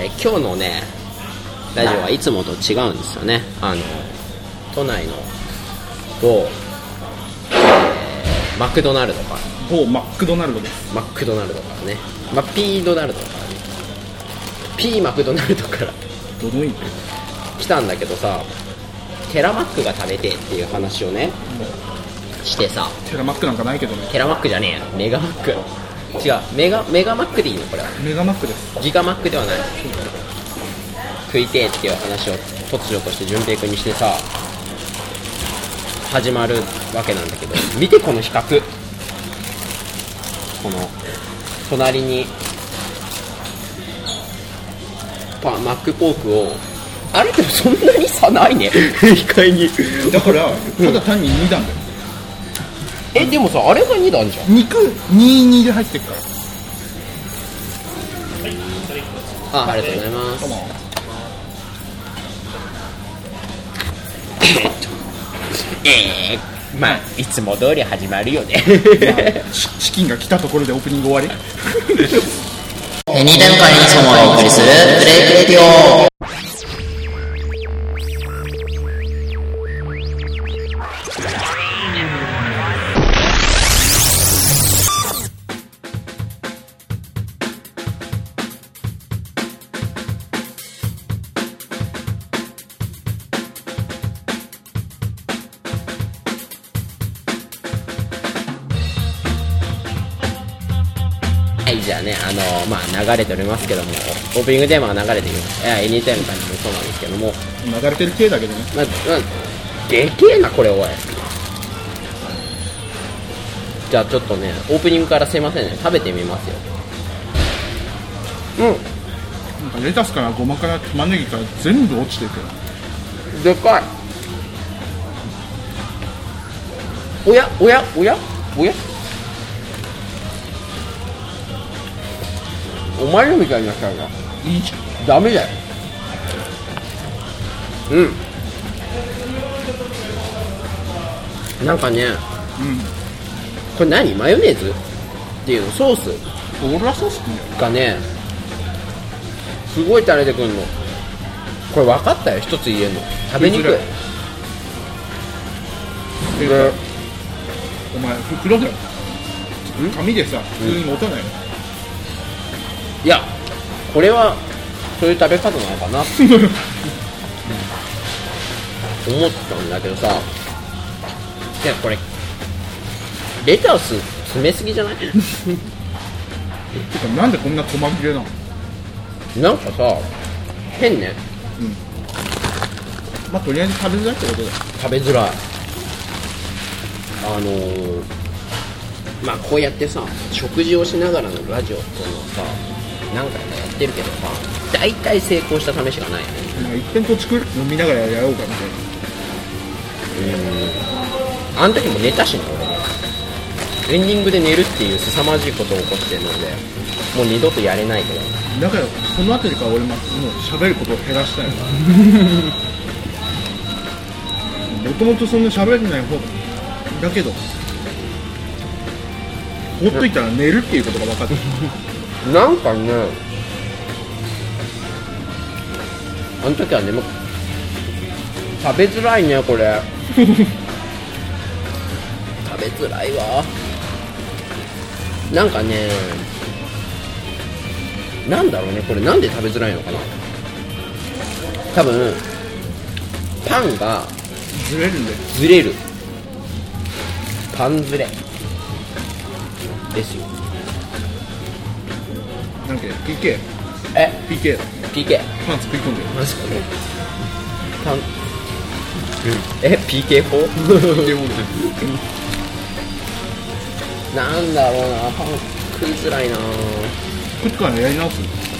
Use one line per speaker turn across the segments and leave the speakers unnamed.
今日のねラジオはいつもと違うんですよね。都内の某、マクドナルドから
某マックドナルドです。
マクドナルドからね、ピードナルドからね、ピーマクドナルドから
どの意味
来たんだけどさ、テラマックが食べてっていう話をねしてさ、
テラマックなんかないけどね。
テラマックじゃねえよ、メガマック、違う、メガマックでいいのこれは。
メガマックです。
ギガマックではない。食いてえっていう話を突如として順平君にしてさ始まるわけなんだけど、見てこの比較、この隣にマックポークを、あれでもそんなに差ないね控えに
だからただ単に2段だよ。
でもさ、あれが2段じゃん。
肉22で入ってるから。
ありがとうございます。まあいつも通り始まるよね
チキンが来たところでオープニング終わり
2分間にそもお送りするブレイクレディオ。
じゃあね、流れておりますけども、オープニングテーマが流れている、エニータイム感じもそうなんですけども、
流れてる系だけどね。
でけえなこれ、おい。じゃあちょっとね、オープニングからすいませんね、食べてみますよ。
なんかレタスからゴマから玉ねぎから全部落ちてるけ
ど、でかい。おやお前らみたいになっちゃうな。
いいじゃん。
ダメだよ。なんかね、これ何、マヨネーズっていうの、ソース
オーロラソースって言うんだよ。
がね、すごい垂れてくんの。これ分かったよ、一つ言えんの。食べにくい。
でお前袋だよ。紙でさ普通に持たないの。
いや、これはそういう食べ方なのかな思ったんだけどさ、いやこれレタス詰めすぎじゃない
てかなんでこんな細切れなの。
なんかさ、変ね。
まあとりあえず食べづらいってことだよ。
食べづらい。こうやってさ、食事をしながらのラジオっていうのをさ、何回かやってるけどさ、大体成功した試しがないよね。
一遍こっち飲みながらやろうかみたいな。
あの時も寝たしね、俺。エンディングで寝るっていう凄まじいことを起こしてるので、もう二度とやれないけど。
だからそのあたりから俺もう喋ることを減らしたいの。もともとそんな喋れない方だけど、ほっといたら寝るっていうことが分かってる。
なんかね、あの時はね、食べづらいね、これ。食べづらいわ。なんかね、なんだろうね、これなんで食べづらいのかな。多分パンが
ずれるんで。
ずれる。パンずれですよ。
なんか PK。PK だ。
PK。
パン作り込んでる。
マジかね。パン。PK4？ なんだろうな、パン食いづらいな。
こっからやり直す。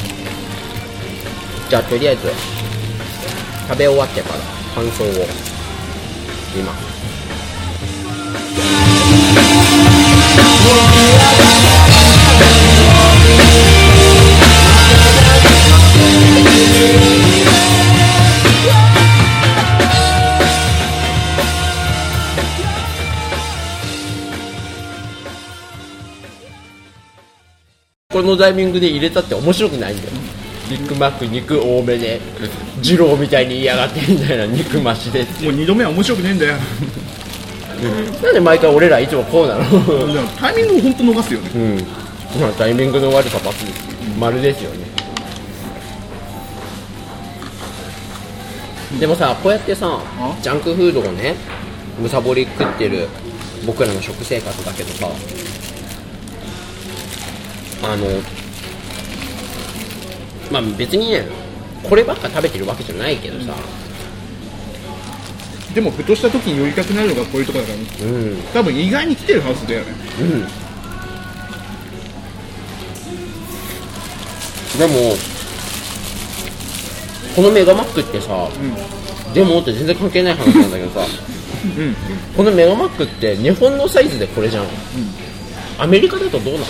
じゃあとりあえず食べ終わってから感想を今。このタイミングで入れたって面白くないんだよ。 ビッグマック肉多めで二郎みたいに言いやがってみたいな肉増しで
もう2度目は面白くねえんだよ
なんで毎回俺らいつもこうなの
タイミングを本当逃すよね。
まあタイミングの悪さばっかり丸ですよね。でもさ、こうやってさジャンクフードをねむさぼり食ってる僕らの食生活だけどさ、まあ別にねこればっか食べてるわけじゃないけどさ、
でもふとした時に寄りたくなるのがこういうとこだから、多分意外に来てるハウスだよね。
でもこのメガマックってさ、でもって全然関係ない話なんだけどさ、このメガマックって日本のサイズでこれじゃん、アメリカだとどうなの？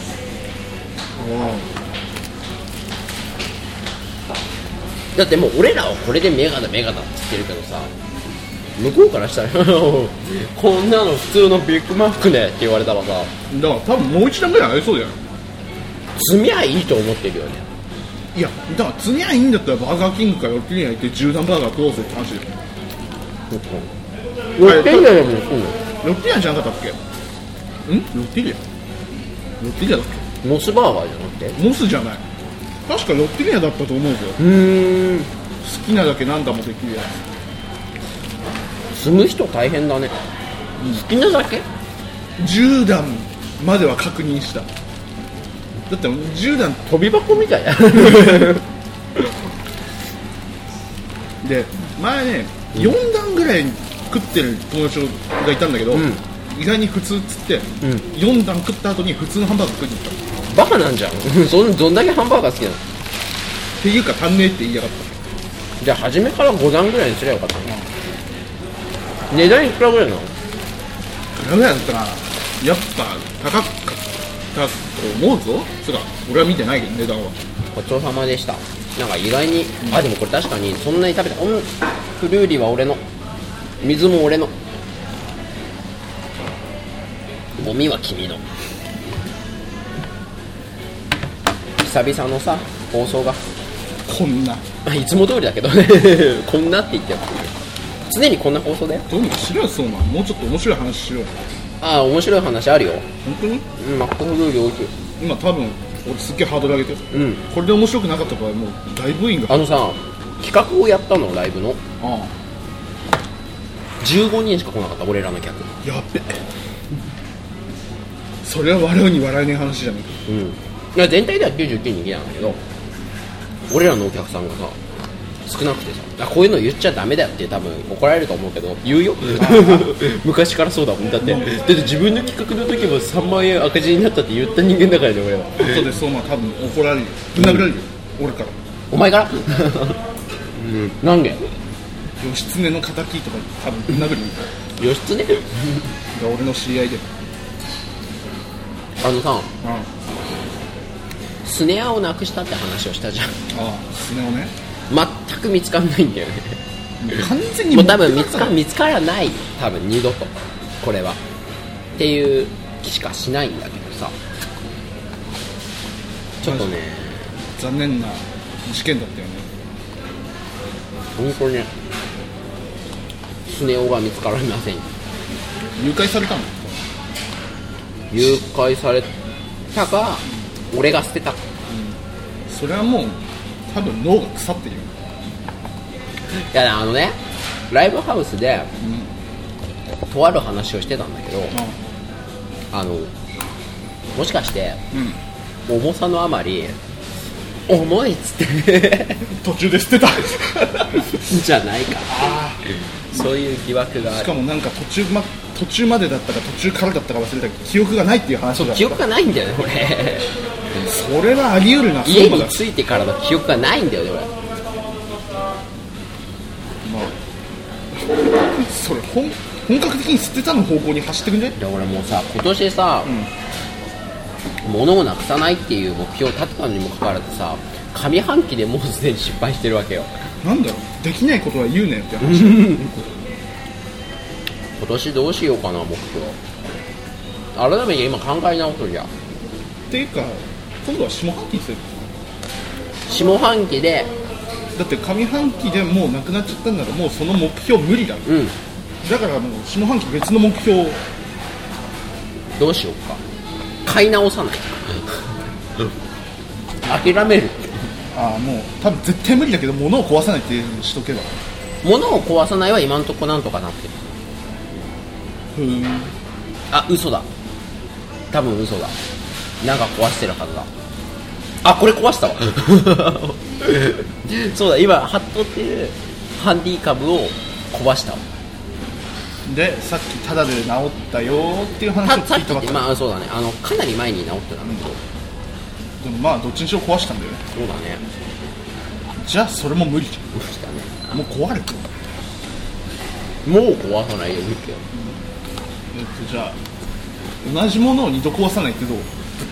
だってもう俺らはこれでメガだメガだって言ってるけどさ、向こうからしたらこんなの普通のビッグマックねって言われたらさ、
だから多分もう一段ぐらいありそうだよ。
積みゃいいと思ってるよね。
いやだから積みゃいいんだったらバーガーキングかロッテリア行って10段バーガー食おうぜって話だよ。
ロッテリアでもそうなの？
ロッテリアじゃなかったっけ？ロッテリアだっけ？
モスバーガーじゃなくて？
モスじゃない、確かロッテリアだったと思うぞ。好きなだけ何段もできるやつ。
積む人大変だね、好きなだけ
10段までは確認した。だって10段
飛び箱みたいな
で前ね、4段ぐらい食ってる友達がいたんだけど、意外に普通っつって、4段食った後に普通のハンバーガー食いに行った。
バカなんじゃんどんだけハンバーガー好きなの
っていうか足んねえって言いやがった。
じゃあ初めから5段ぐらいにすればよかったね。値段いくらぐらいなの？
いくらぐらいだったらやっぱ高かったと思うぞ。それか俺は見てないけど値段は。
ごちそうさまでした。なんか意外に、でもこれ確かにそんなに食べた。フルーリーは俺の、水も俺の、ゴミは君の。久々のさ放送が
こんな、
いつも通りだけどねこんなって言ってよ、常にこんな放送だよ。
どうにかしろよそうなの。もうちょっと面白い話しよう。
面白い話あるよ。
本当に？
マックフルーリー置いてる。
今多分俺すっげえハードル上げてる、これで面白くなかった場合もう大ブーイング。
さ企画をやったのライブの15人しか来なかった俺らの客。
やっべそれは笑うに笑えない話じゃね
いや全体では99人来たんだけど、俺らのお客さんがさ少なくてさ、こういうの言っちゃダメだよって多分怒られると思うけど言うよ昔からそうだもん。だって自分の企画の時も3万円赤字になったって言った人間だからね俺は。
後でそう多分怒られるよ、ぶん殴られるよ、俺から。
お前からなんで
義経の敵とか多分ぶん殴るよ
義経
が俺の知り合いで。
スネアをなくしたって話をしたじゃん。
スネ夫ね、
全く見つかんないんだよね
完全に
もう多分見つからない多分二度とこれはっていう気しかしないんだけどさ、ちょっとね
残念な事件だったよね。
本当にねスネ夫が見つからません。
誘拐されたの？
誘拐されたか俺が捨てたか、
それはもう多分脳が腐ってるよ。
いやライブハウスで、とある話をしてたんだけど、もしかして、重さのあまり重いっつって
途中で捨てた
じゃないかそういう疑惑がある。
しかもなんか途中までだったか途中からだったか忘れたけど記憶がないっていう話だった。
記憶がないんだよね俺
それはあり得るな。
家に着いてからの記憶がないんだよね俺。
それ本格的に捨てたの方向に走ってくんじゃない？
いや俺もうさ今年さ、物をなくさないっていう目標を立てたのにもかかわらずさ上半期でもうすでに失敗してるわけよ。
なんだろう、できないことは言うねって話
今年どうしようかな目標改めて今考え直すじゃん。
っていうか今度は下半期にする。
下半期で、
だって上半期でもうなくなっちゃったんならもうその目標無理だ、
うん、
だからもう下半期別の目標
どうしようか、買い直さない諦める。
ああもう多分絶対無理だけど物を壊さないっていうにしとけば。
物を壊さないは今んとこなんとかなってる。あ、嘘だ、多分嘘だ、なんか壊してるはずだ。あ、これ壊したわそうだ、今ハットっていうハンディ株を壊したわ。
でさっきタダで治ったよっていう話を
さっきって
聞いたばっかり、
まあそうだね、かなり前に治ってたんだけど、
でもまあどっちにしろ壊したんだよね。
そうだね、
じゃあそれも無理じ
無理だね。
ゃん、もう壊れてる。
もう壊さないよ、無理だよ。
じゃあ同じものを二度壊さないってどう？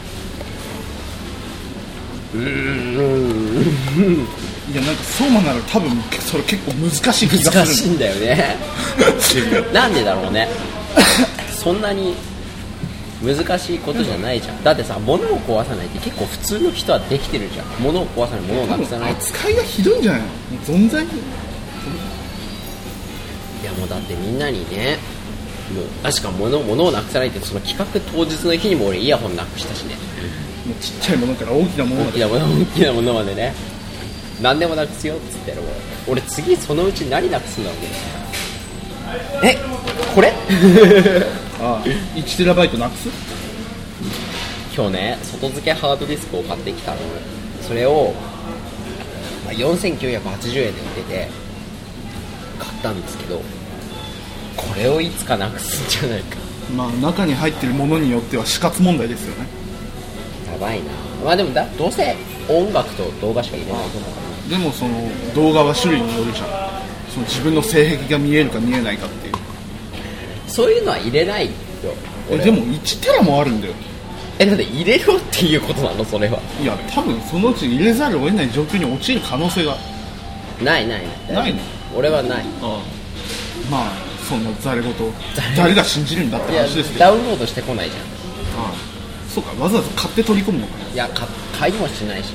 いやなんか相馬なら多分それ結構難しい気がする。
難しいんだよねなんでだろうねそんなに難しいことじゃないじゃん。だってさ、物を壊さないって結構普通の人はできてるじゃん。物を壊さない、物をなくさない。
扱いがひどいんじゃないの？存在に。
いやもうだってみんなにね、もう確か物をなくさないってその企画当日の日にも俺イヤホンなくしたしね。
もうちっちゃいものから大きなものまで。
大きなものまでね、何でもなくすよっつって俺次そのうち何なくすんだろうね。これ
ああ1テラバイトなくす？
今日ね、外付けハードディスクを買ってきたの。それを、4980円で売ってて買ったんですけど、これをいつかなくすんじゃないか。
まあ中に入ってるものによっては死活問題ですよね。
やばいな。まあでもどうせ音楽と動画しか入れないと思うから。
でもその動画は種類によるじゃん。その自分の性癖が見えるか見えないかっていう。
そういうのは入れないよ。
でも1テラもあるんだよ。
だって入れろっていうことなのそれは。
いや多分そのうち入れざるを得ない状況に陥る可能性が
ない
の？
俺はない。
まあそんなざれ言誰が信じるんだって話ですけど。
ダウンロードしてこないじゃん。
そうか、わざわざ買って取り込むのかな。
いや買いもしないし。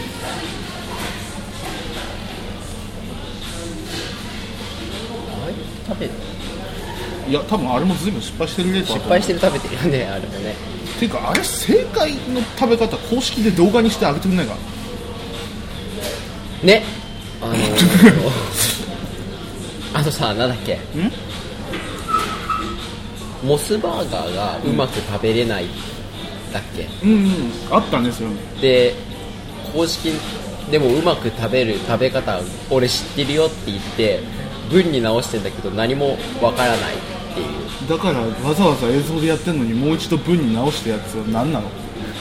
あれ食べる？
いや多分あれも随分失敗してる例と。
失敗してる食べてるよね、あれもね。
ていうかあれ正解の食べ方公式で動画にしてあげてくんないか
ね。さ、なんだっけ、モスバーガーがうまく食べれないだっけ、
あったんですよ。
で公式でもうまく食べる食べ方俺知ってるよって言って文に直してんだけど何もわからないっていう。
だからわざわざ映像でやってんのにもう一度文に直したやつは何なの？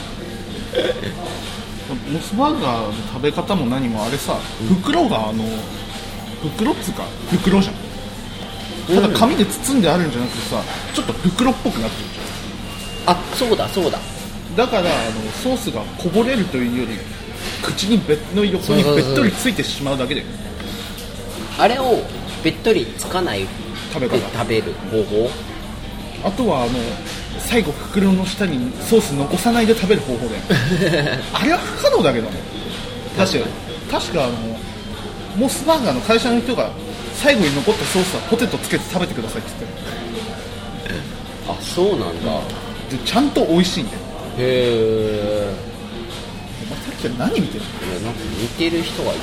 モスバーガーの食べ方も何もあれさ、袋が袋っつうか袋じゃん。ただ紙で包んであるんじゃなくてさ、ちょっと袋っぽくなってるじ
ゃん。あ、そうだ
だからソースがこぼれるというより口にの横にべっとりついてしまうだけで、
あれをべっとりつかない
食べる
方法。あ
とは最後袋の下にソース残さないで食べる方法であれは不可能だけどね。確かモスバーガーの会社の人が最後に残ったソースはポテトつけて食べてくださいって言ってる。
あ、そうなんだ。
でちゃんと美味しいんだよ。
へえ。
さっきは何見てるの？
なんか似てる人がい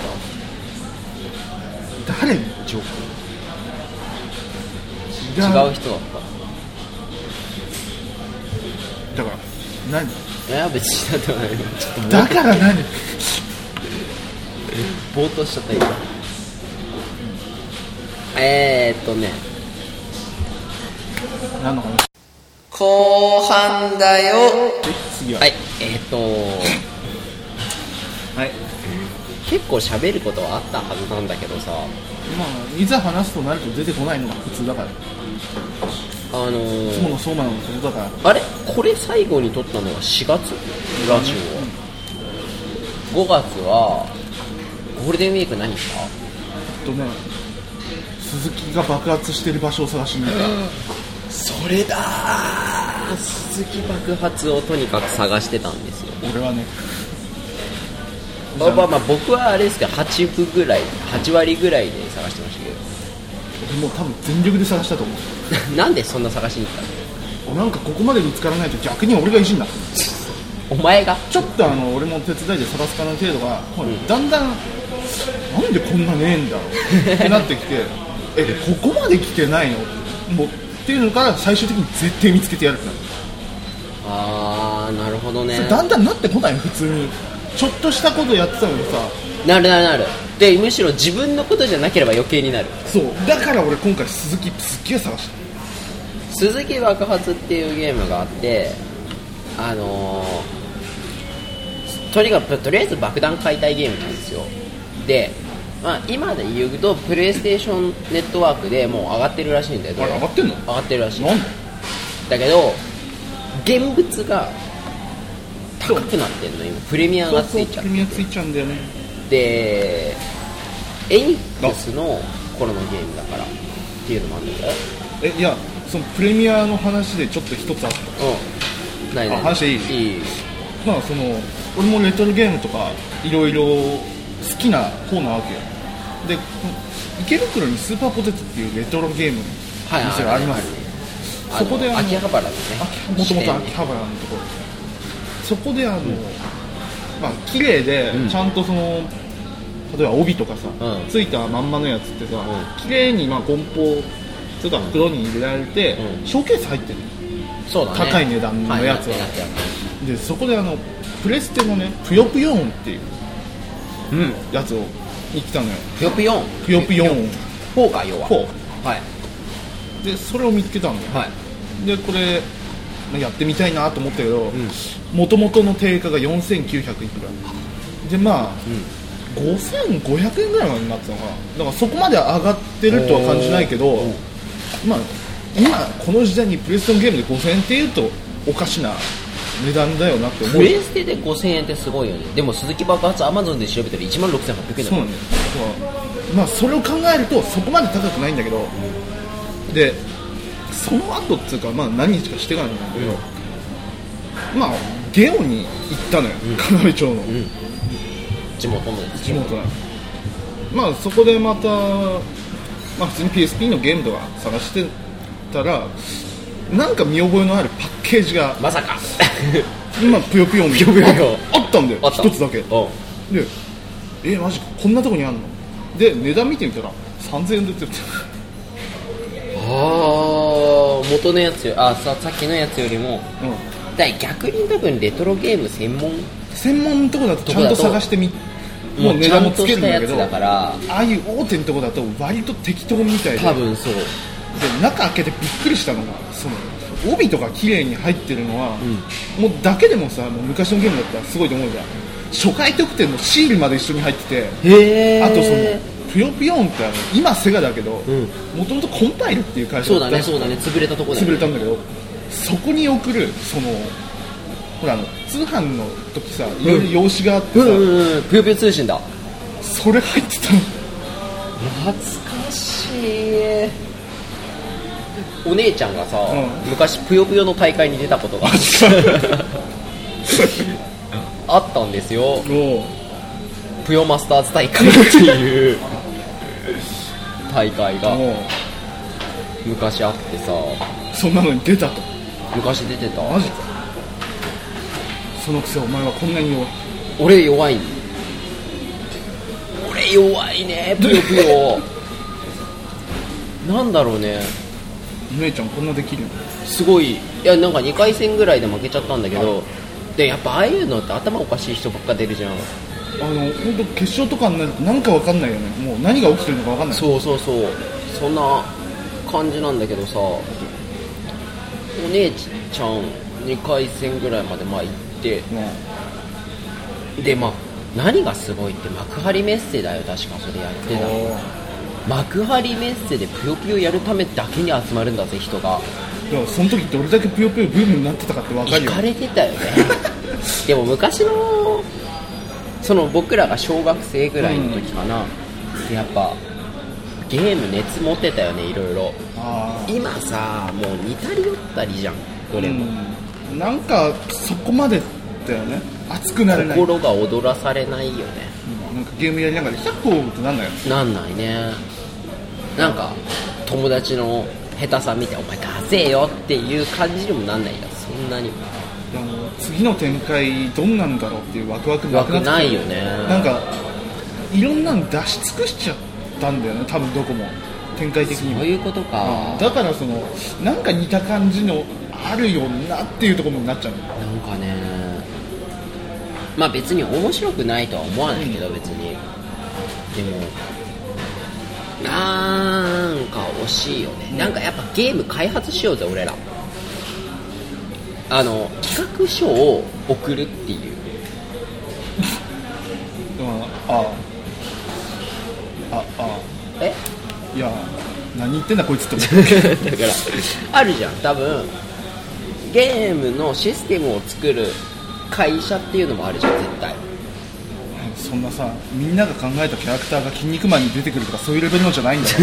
た。
誰に？
ジョーク。違う人だった。
だから何？
いや別にだってない。ちょっと
だから何？
ぼーっとしちゃった今。
何の話？
後半だよ。
次は。
はい。
はい。
結構喋ることはあったはずなんだけどさ。
まあいざ話すとなると出てこないのが普通だから。いつもの相馬のことだから。
あれこれ最後に撮ったのは4月ラジオ、5月はゴールデンウィーク何した
鈴木が爆発してる場所を探しに行った。
それだー、鈴木爆発をとにかく探してたんですよ。
俺はねじゃん。
まあ僕はあれですけど8分ぐらい8割ぐらいで探してましたけ
もう多分全力で探したと思う。
どなんでそんな探しに行ったの？
なんかここまで見つからないと逆に俺が意地になる。
お前が
ちょっと俺も手伝いで探すかな程度が、だんだんなんでこんなねえんだろうってなってきてここまで来てないのもうっていうのから最終的に絶対見つけてやるってなる。
あーなるほどね。
だんだんなってこないの普通にちょっとしたことやってたのにさ。
なるでむしろ自分のことじゃなければ余計になる。
そうだから俺今回鈴木すっげえ探した。
鈴木爆発っていうゲームがあってとりあえず爆弾解体ゲームなんですよ。で、まあ、今で言うとプレイステーションネットワークでもう上がってるらしいんだけど。
あれ上がってんの？
上がってるらしい。
なんで？
だけど現物が高くなってんの今プレミアがついちゃって。
プレミアついちゃうんだよね。
でエニックスの頃のゲームだからっていうのもあるんだよ。
いやそのプレミアの話でちょっと一つあった。
ない
話でいい？まあその俺もレトロゲームとかいろいろ好きな方なわけよ。で池袋にスーパーポテトっていうレトロゲームの店があります。そこで
秋葉原のね、
もともと秋葉原のところ、そこでまあ綺麗でちゃんとその例えば帯とかさ、ついたまんまのやつってさ、綺麗にまあ梱包つうか袋に入れられて、ショーケース入ってる。
そうだね、
高い値段のやつは、でそこでプレステのねぷよぷよ音っていうやつをに来たのよ。
ぷよぷよ音
ぷよぷよ音
4か要は
4。
はい。
でそれを見つけたんだよ、はい、でこれやってみたいなと思ったけどもともとの定価が4900いくらでまあ、5500円ぐらいまでになってたのかな。だからそこまで上がってるとは感じないけど、まあ今この時代にプレステのゲームで5000円っていうとおかしな値段だよなって思う。
プレステで5000円ってすごいよね。でも鈴木爆発アマゾンで調べたら16800円だから。
そうなんだよ。まあそれを考えるとそこまで高くないんだけど、でその後っていうか、まあ、何日かしてからなんだけど、まあゲオに行ったのよ、金井町の、
地元のやつ。
地元なの。まあそこでまた、まあ、普通に PSP のゲームとか探してたらなんか見覚えのあるパッケージが
まさか
今ぷよぷよみたいなあったんだよ、一つだけで、マジかこんなとこにあんので値段見てみたら3000円で売ってる。
元のやつよさっきのやつよりも、だ逆に多分レトロゲーム専門
のとこだとちゃんと探してみもう値段もつけるんだけど、
だから
ああいう大手のとこだと割と適当みたいで、
多分そうで
中開けてびっくりしたのがその帯とか綺麗に入ってるのは、もうだけでもさもう昔のゲームだったらすごいと思うじゃん。初回特典のシールまで一緒に入ってて、あとそのぷよぷよんって今セガだけどもともとコンパイルっていう会社だった。
そうだね潰れたとこだね。
潰れたんだけどそこに送るそのほら通販の時さいろいろ用紙があってさ、
ぷよぷよ通信だ。
それ入ってたの。
懐かしい。お姉ちゃんがさ、昔ぷよぷよの大会に出たことがあったんですよ。ぷよマスターズ大会っていう大会が昔あってさ、
そんなのに出たと。
昔出てた。
マジか。そのくせお前はこんなに弱い。
俺弱いねぷよぷよなんだろうね、
お姉ちゃんこんなできるの
すごい。いやなんか2回戦ぐらいで負けちゃったんだけど、でやっぱああいうのって頭おかしい人ばっか出るじゃん。
本当決勝とかになるとなんか分かんないよね。もう何が起きてるのか分かんない。
そうそんな感じなんだけどさ、お姉ちゃん2回戦ぐらいまでまあ行って、でまあ何がすごいって幕張メッセだよ。確かそれやってたの。幕張メッセでぷよぷよやるためだけに集まるんだぜ人が。
いやその時どれだけぷよぷよブームになってたかって分かるよ。
聞かれてたよねでも昔のその僕らが小学生ぐらいの時かな、やっぱゲーム熱持ってたよねいろいろ。今さもう似たり寄ったりじゃんどれも、
なんかそこまでだよね。 熱くなれない
心が躍らされないよね。
なんかゲームやりながら100個ってなんないよ。
なんないね。なんか友達の下手さ見てお前出せよっていう感じにもなんないんだ。そんなに
次の展開どんなんだろうっていうワクワクなくなって
ないよね。
なんかいろんなの出し尽くしちゃったんだよね、多分どこも展開的にも。
そういうことか。
だからそのなんか似た感じのあるよなっていうところになっちゃう。
なんかね、まあ別に面白くないとは思わないけど、別にでもなんか惜しいよね。なんかやっぱゲーム開発しようぜ俺ら。企画書を送るっていう。え
いや何言ってんだこいつって思って
だからあるじゃん、多分ゲームのシステムを作る会社っていうのもあるじゃん、絶対。
そんなさ、みんなが考えたキャラクターが筋肉マンに出てくるとかそういうレベルのじゃないんだよ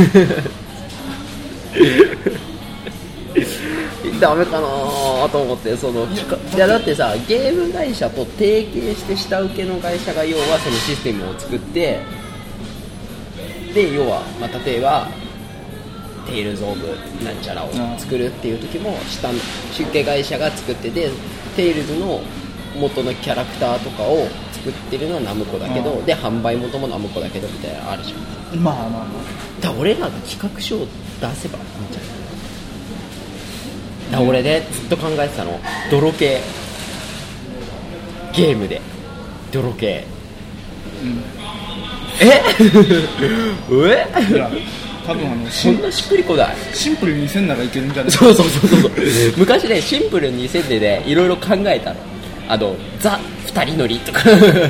ダメかなと思って。いやだってさ、ゲーム会社と提携して下請けの会社が要はそのシステムを作って、で要は、まあ、例えばテイルズオブなんちゃらを作るっていう時も下請け会社が作ってて、テイルズの元のキャラクターとかを作ってるのはナムコだけど、で販売元もナムコだけどみたいなのあるじゃん。
まあ
だから俺らが企画書を出せばいいんじゃない。だから俺ね、ずっと考えてたの、泥系ゲームで泥系、いや
多分
そんなしっくりこない。
シンプルに2000ならいけるんじゃない。
そう昔ね、シンプルに2000でね、いろいろ考えたの。ザ2人乗りとか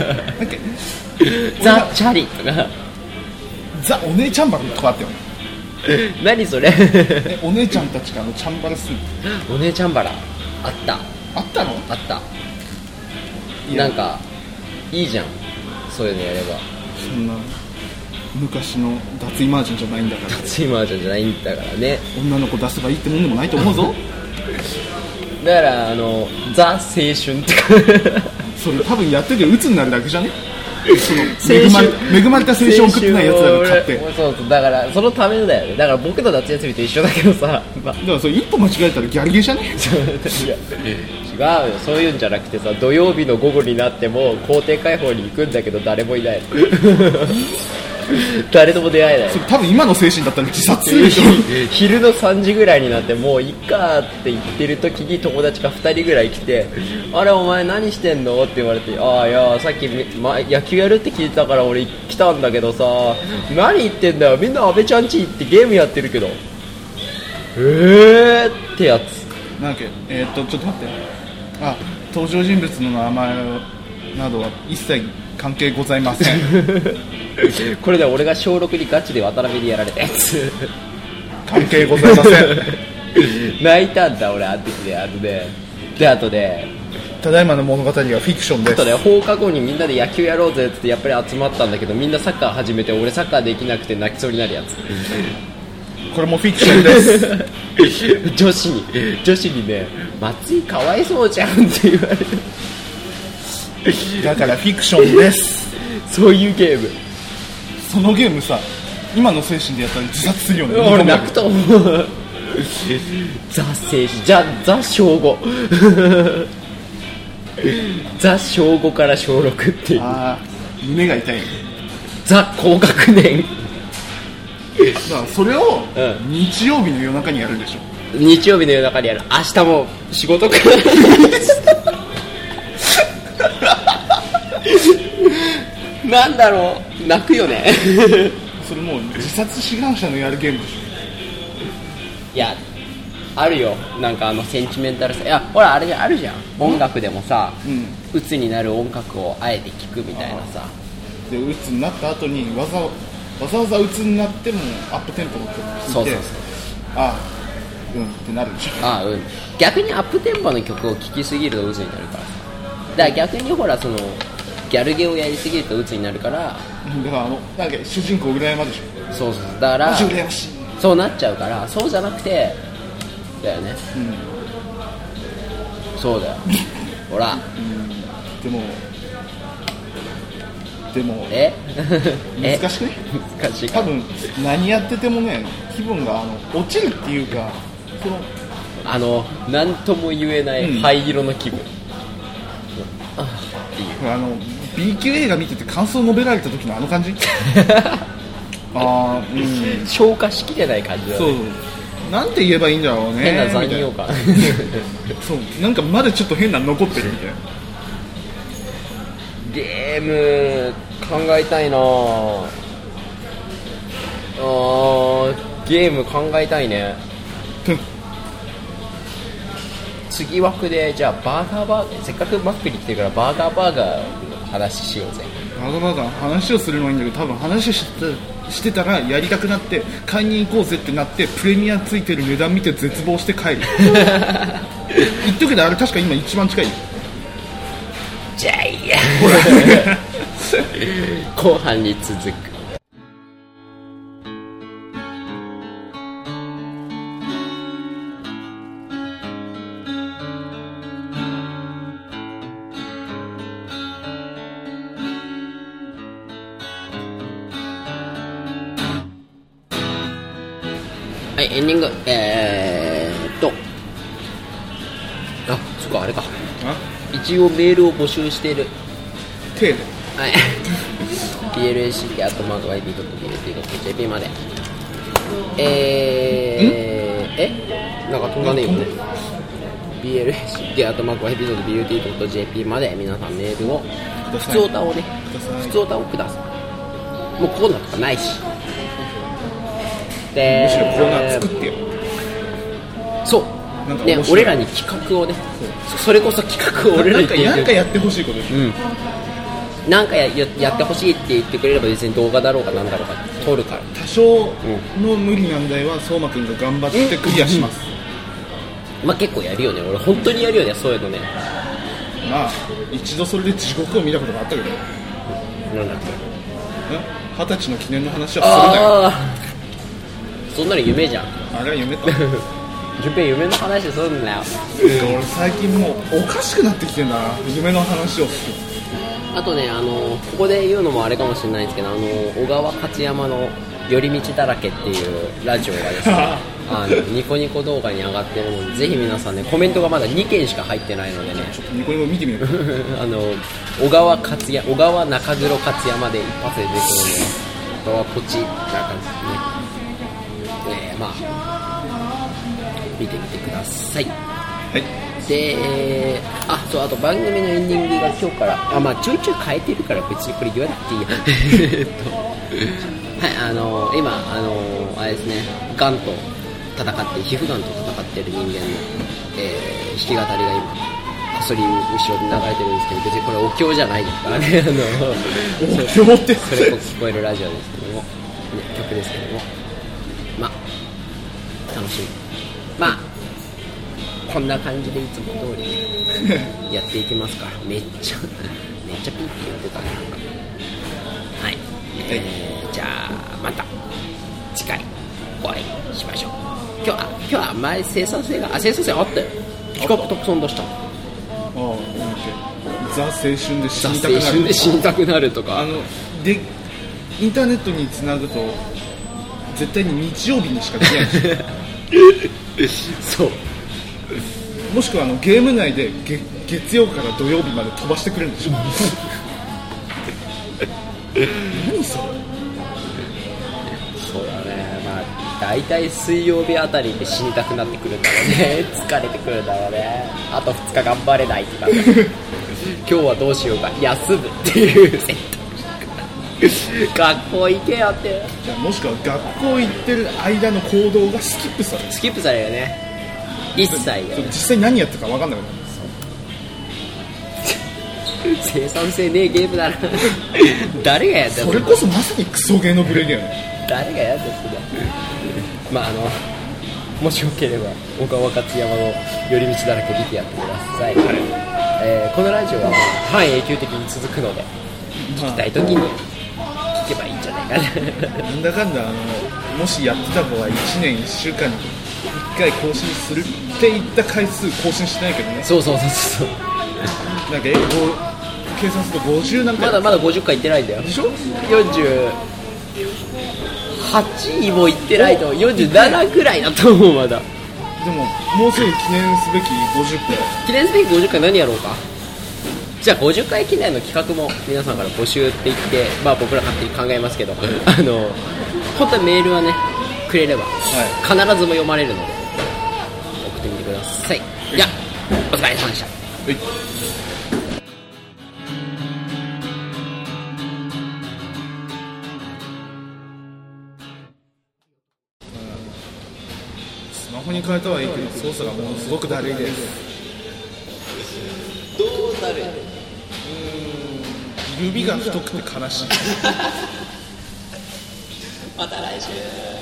ザチャリとか
ザお姉ちゃんバルとかあったよ。
何それ
お姉ちゃんたちがチャンバラする。
お姉ちゃんバラあった。
あったの？
あった。なんかいいじゃん、そういうのやれば。
そんな昔の脱衣マージャンじゃないんだから。
脱衣マージャンじゃないんだからね。
女の子出せばいいってもんでもないと思うぞ
だからザ青春とか
それ多分やってて鬱になるだけじゃね。恵まれた青春を送ってないやつらが勝って。
そうだからそのためだよね。だから僕の夏休みと一緒だけどさ、
だからそれ一歩間違えたらギャルゲーじゃね。
違うよ、そういうんじゃなくてさ、土曜日の午後になっても校庭開放に行くんだけど誰もいない誰とも出会えない。
それ多分今の精神だったら自殺するでしょ
昼の3時ぐらいになってもういっかって言ってる時に友達が2人ぐらい来て、あれお前何してんのって言われて、ああいやさっき、野球やるって聞いたから俺来たんだけどさ、何言ってんだよ、みんな阿部ちゃんち行ってゲームやってるけどってやつ。
なんかちょっと待って、登場人物の名前などは一切関係ございません
これで俺が小6にガチで渡辺にやられたやつ
関係ございません
泣いたんだ俺、あの時であとで
ただいまの物語はフィクションです。
あとね、放課後にみんなで野球やろうぜってやっぱり集まったんだけど、みんなサッカー始めて俺サッカーできなくて泣きそうになるやつ
これもフィクションです
女子にね、松井かわいそうじゃんって言われる
だからフィクションです
そういうゲーム。
そのゲームさ、今の精神でやったら自殺するよね。
俺泣くと思うザ青春、ザ小5ザ小5から小6っていう、
胸が痛い。
ザ高学年
だからそれを日曜日の夜中にやるでしょ。
日曜日の夜中にやる。明日も仕事かなんだろう、泣くよね
それもう自殺志願者のやるゲームでしょ。
いやあるよ、なんかセンチメンタルさ。いやほらあれあるじゃん、音楽でもさ、鬱になる音楽をあえて聴くみたいなさ。
で鬱になった後にわざわざ鬱になってもアップテンポの曲聴いて、ってなるでしょ。
逆にアップテンポの曲を聴きすぎると鬱になるからさ。だから逆にほらそのギャルゲーをやりすぎると鬱になるから、だ
からなんか主人公羨までしょ。
そうだから
マジ羨ましい、
そうなっちゃうから、そうじゃなくてだよね、そうだよほら、
でも
え
難しくね
難しいか
多分何やっててもね気分が落ちるっていうかその
何とも言えない灰色の気分、あっていう
B 級映画見てて感想述べられた時の感じ
消化しきれない感じだね。
そうなんて言えばいいんだろうね。
変な残業感
そうなんかまだちょっと変なの残ってるみたいな。
ゲーム考えたいなゲーム考えたいね。次枠でじゃあバーガーせっかくマックに来てるからバーガーの話しようぜ。
バーガー話をするのはいいんだけど多分話してたらやりたくなって買いに行こうぜってなってプレミアついてる値段見て絶望して帰る言っとくけどあれ確か今一番近いよ。
じゃあいいや後半に続く。はい、エンディング。そっか、あれか。一応メールを募集している。
手で。
はい。plc@yb.bt.jp まで。なんか飛んだね、今ね。plc@yb.bt.jp まで皆さんメールを、普通歌をね、普通歌をください。もうコーナーとかないし。
むしろコーナー作ってよ。
そうね、俺らに企画をね、それこそ企画を俺らに
なんかやってほしいことですよ、
なんかやってほしいって言ってくれれば別に動画だろうがなんだろうが撮るから。
多少の無理難題は相馬くんが頑張ってクリアします、
まあ結構やるよね、俺本当にやるよね、そういうのね。
まあ一度それで地獄を見たことがあったけど、
なんだっけ、
20歳の記念の話はするなよ。
そんなの夢じゃん。
あれは夢か
順平夢の話すんなよ。
俺最近もうおかしくなってきてんだな、夢の話をする。
あとね、ここで言うのもあれかもしれないんですけど、小川勝山の寄り道だらけっていうラジオがですねニコニコ動画に上がってるので、ぜひ皆さんね、コメントがまだ2件しか入ってないのでね、
ちょっとニコニコ見てみる
小川中黒勝山で一発で出てくるので、小川ポチなんかね、まあ見てみてください。
はい。
で、あと番組のエンディングが今日からまあちょいちょい変えてるから別にこれ言わなくていいやはい、今あれですね、ガンと戦って、皮膚ガンと戦ってる人間の、弾き語りが今こっそり後ろで流れてるんですけど、別にこれお経じゃないですからね
お経って
それこそ聞こえるラジオですけども、ね、曲ですけども、まあ楽しみ。まあこんな感じでいつも通り、ね、やっていきますから。めっちゃピーピー言ってたね。はい、じゃあまた次回お会いしましょう。今日は前生産性あったよ。企画たくさん出したの。
ザ青春で死
にたくなるとか、
でインターネットにつなぐと絶対に日曜日にしかできないし
そう、
もしくはゲーム内で月曜から土曜日まで飛ばしてくれるんでしょ何それ。
そうだね、まあ大体水曜日あたりで死にたくなってくるんだろうね疲れてくるんだろうね。あと2日頑張れないとか今日はどうしようか、休むっていう選択学校行けよって。
じゃあもしくは学校行ってる間の行動がスキップされる
よね、一切で。
実際何やってたか分かんなくなる。
生産性ねえゲームだな誰がやってるの。
それこそまさにクソゲーのブレだよね。
誰がやってるの。まあもしよければ小川勝山の寄り道だらけ見てやってください、このラジオは半永久的に続くので、聞きたい時に聞けばいいんじゃないかな
なんだかんだもしやってた子は1年1週間に1回更新するって言った回数更新してないけどね。
そう
なんか計算すると50何回
まだ50回いってないんだよ。
でしょ。
48位もいってないと47くらいだと思う。まだ
でももうすぐ記念すべき50回。
記念すべき50回何やろうか。じゃあ50回記念の企画も皆さんから募集って言って、まあ、僕ら勝手に考えますけど本当にメールはねくれれば、必ずも読まれるので送ってみてください。じゃあお疲れ様でした。
スマホに変えたはいいけど操作がものすごくだるいです。
どうだるい？
指が太くて悲しい
また来週。